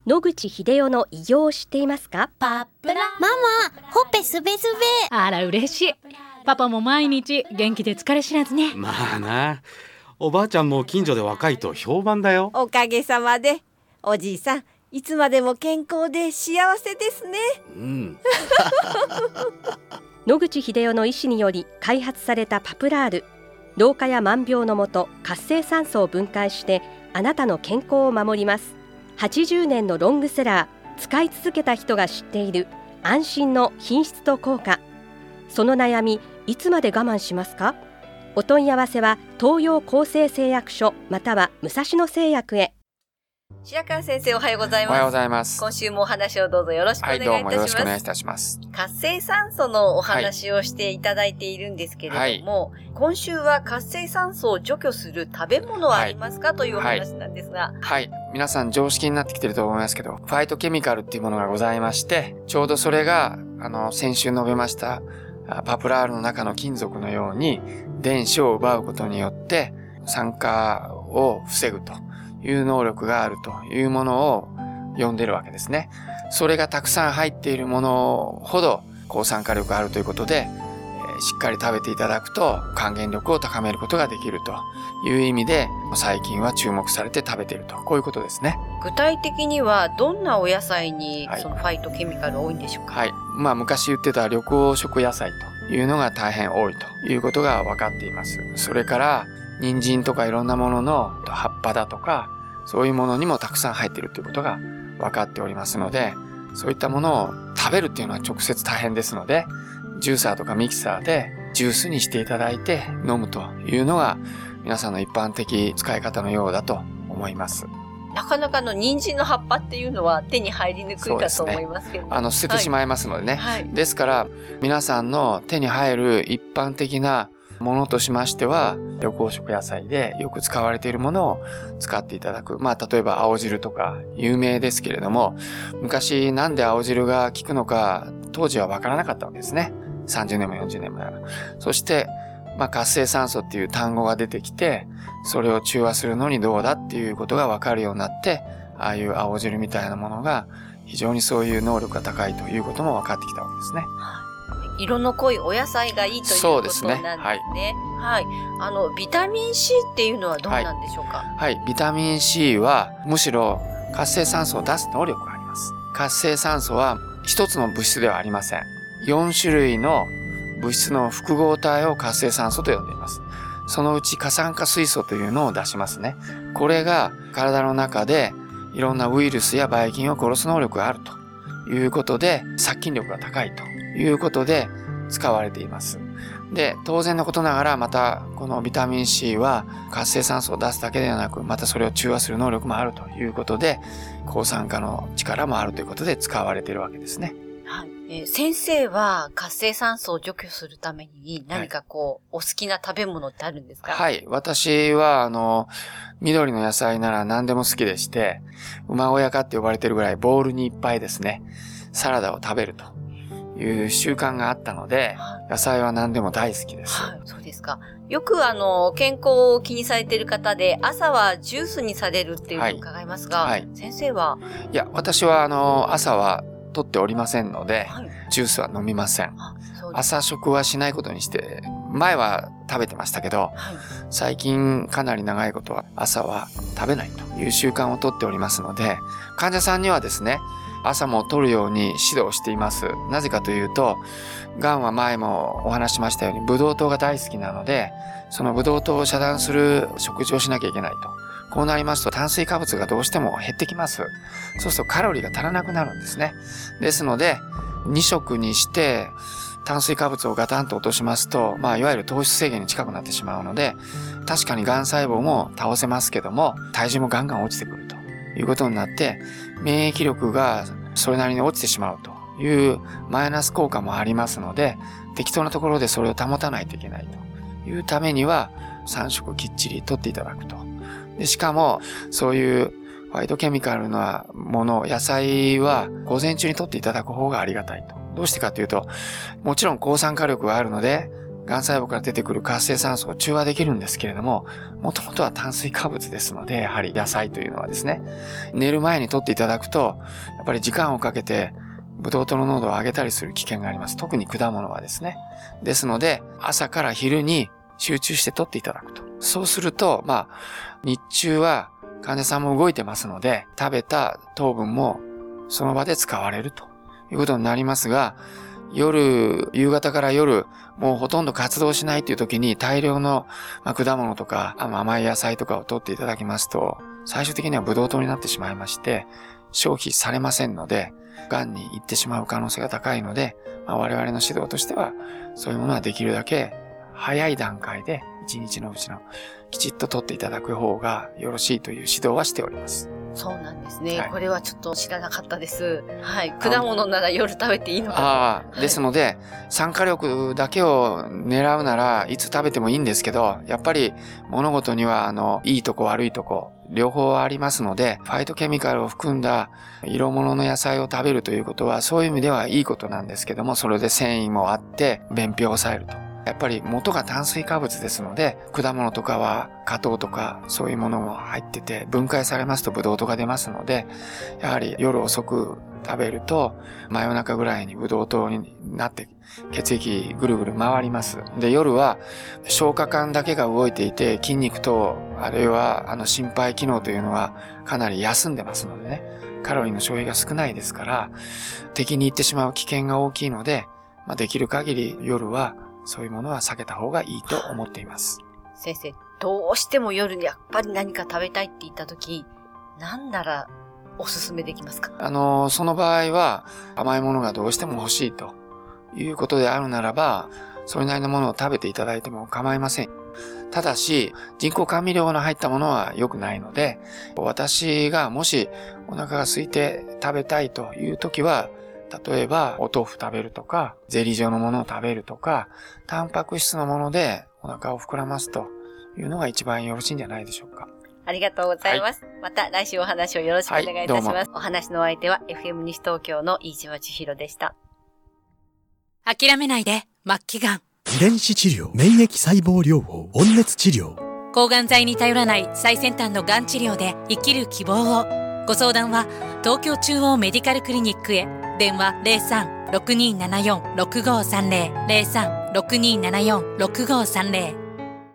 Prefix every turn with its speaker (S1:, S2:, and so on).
S1: 野口英世の偉業を知っていますか？
S2: パップラママ、ほっぺすべすべ。
S3: あら嬉しい。パパも毎日元気で疲れ知らずね。
S4: まあな、おばあちゃんも近所で若いと評判だよ。
S5: おかげさまで。おじいさん、いつまでも健康で幸せですね。
S1: 野口英世の医師により開発されたパプラール。老化や万病のもと活性酸素を分解してあなたの健康を守ります。80年のロングセラー、使い続けた人が知っている安心の品質と効果。その悩み、いつまで我慢しますか？お問い合わせは東洋厚生製薬所または武蔵野製薬へ。
S5: 白川先生、おはようございます。
S6: おはようございます。
S5: 今週もお話をどうぞよろしくお願いいたします。
S6: はい、どうもよろしくお願いいたします。
S5: 活性酸素のお話をしていただいているんですけれども、今週は活性酸素を除去する食べ物はありますか、というお話なんですが。
S6: はい。皆さん常識になってきてると思いますけど、ファイトケミカルっていうものがございまして、ちょうどそれが、先週述べました、パプラールの中の金属のように、電子を奪うことによって、酸化を防ぐという能力があるというものを呼んでるわけですね。それがたくさん入っているものほど抗酸化力があるということで、しっかり食べていただくと還元力を高めることができるという意味で最近は注目されて食べていると、こういうことですね。
S5: 具体的にはどんなお野菜にそのファイトケミカル多いんでしょうか？
S6: はい。昔言ってた緑黄色野菜というのが大変多いということが分かっています。それから人参とかいろんなものの葉っぱだとかそういうものにもたくさん入っているということが分かっておりますので、そういったものを食べるっていうのは直接大変ですので、ジューサーとかミキサーでジュースにしていただいて飲むというのが皆さんの一般的使い方のようだと思います。
S5: なかなか人参の葉っぱっていうのは手に入りにくいかと思いますけど、ね、
S6: 捨ててしまいますのでね、
S5: はい、
S6: ですから皆さんの手に入る一般的なものとしましては、緑黄色野菜でよく使われているものを使っていただく。例えば青汁とか有名ですけれども、昔なんで青汁が効くのか当時はわからなかったわけですね。30年も40年も前。そして、活性酸素っていう単語が出てきて、それを中和するのにどうだっていうことがわかるようになって、ああいう青汁みたいなものが非常にそういう能力が高いということも分かってきたわけですね。
S5: 色の濃いお野菜がいいということなんですね。はい。ビタミン C っていうのはどうなんでしょうか？
S6: はい。ビタミン C はむしろ活性酸素を出す能力があります。活性酸素は一つの物質ではありません。4種類の物質の複合体を活性酸素と呼んでいます。そのうち過酸化水素というのを出しますね。これが体の中でいろんなウイルスやばい菌を殺す能力があるということで、殺菌力が高いということで使われています。で、当然のことながらまたこのビタミン C は活性酸素を出すだけではなく、またそれを中和する能力もあるということで、抗酸化の力もあるということで使われているわけですね。
S5: はい。先生は活性酸素を除去するために何かお好きな食べ物ってあるんですか？
S6: はい。私は緑の野菜なら何でも好きでして、馬親かって呼ばれてるぐらいボウルにいっぱいですね、サラダを食べるという習慣があったので、野菜は何でも大好きです。
S5: はい。そうですか。よく健康を気にされている方で、朝はジュースにされるっていうのを伺いますが、先生は？
S6: いや、私は朝は取っておりませんので、ジュースは飲みません。朝食はしないことにして、前は食べてましたけど、最近かなり長いことは朝は食べないという習慣をとっておりますので、患者さんにはですね、朝も取るように指導しています。なぜかというと、がんは前もお話しましたようにブドウ糖が大好きなので、そのブドウ糖を遮断する食事をしなきゃいけないと。こうなりますと炭水化物がどうしても減ってきます。そうするとカロリーが足らなくなるんですね。ですので、2食にして炭水化物をガタンと落としますと、いわゆる糖質制限に近くなってしまうので、確かにがん細胞も倒せますけども、体重もガンガン落ちてくるということになって、免疫力がそれなりに落ちてしまうというマイナス効果もありますので、適当なところでそれを保たないといけないというためには、3食きっちりとっていただくと。で、しかも、そういうファイトケミカルなもの、野菜は午前中にとっていただく方がありがたいと。どうしてかというと、もちろん抗酸化力があるので、 がん細胞から出てくる活性酸素を中和できるんですけれども、もともとは炭水化物ですので、やはり野菜というのはですね、寝る前に摂っていただくと、やっぱり時間をかけてブドウ糖の濃度を上げたりする危険があります。特に果物はですね。ですので、朝から昼に集中して摂っていただくと。そうすると、日中は患者さんも動いてますので、食べた糖分もその場で使われるということになりますが、夕方から夜、もうほとんど活動しないという時に大量の果物とか甘い野菜とかを摂っていただきますと、最終的にはブドウ糖になってしまいまして、消費されませんので、癌に行ってしまう可能性が高いので、我々の指導としては、そういうものはできるだけ早い段階で一日のうちのきちっと摂っていただく方がよろしいという指導はしております。
S5: そうなんですね。はい、これはちょっと知らなかったです。はい。果物なら夜食べていいのかと。
S6: ですので、酸化力だけを狙うならいつ食べてもいいんですけど、やっぱり物事にはいいとこ悪いとこ、両方ありますので、ファイトケミカルを含んだ色物の野菜を食べるということは、そういう意味ではいいことなんですけども、それで繊維もあって便秘を抑えると。やっぱり元が炭水化物ですので、果物とかは果糖とかそういうものも入ってて、分解されますとブドウ糖が出ますので、やはり夜遅く食べると真夜中ぐらいにブドウ糖になって血液ぐるぐる回ります。で、夜は消化管だけが動いていて、筋肉とあるいは心肺機能というのはかなり休んでますのでね、カロリーの消費が少ないですから、敵に行ってしまう危険が大きいので、できる限り夜はそういうものは避けた方がいいと思っています。
S5: 先生、どうしても夜にやっぱり何か食べたいって言ったとき、何ならおすすめできますか？
S6: その場合は甘いものがどうしても欲しいということであるならば、それなりのものを食べていただいても構いません。ただし、人工甘味料の入ったものは良くないので、私がもしお腹が空いて食べたいというときは、例えばお豆腐食べるとか、ゼリー状のものを食べるとか、タンパク質のものでお腹を膨らますというのが一番よろしいんじゃないでしょうか。
S5: ありがとうございます。はい、また来週お話をよろしくお願いいたします。お話のお相手は FM 西東京の飯島千尋でした。
S7: 諦めないで、末期がん。
S8: 遺伝子治療、免疫細胞療法、温熱治療。
S7: 抗がん剤に頼らない最先端のがん治療で生きる希望を。ご相談は東京中央メディカルクリニックへ。電話 03-6274-6530 03-6274-6530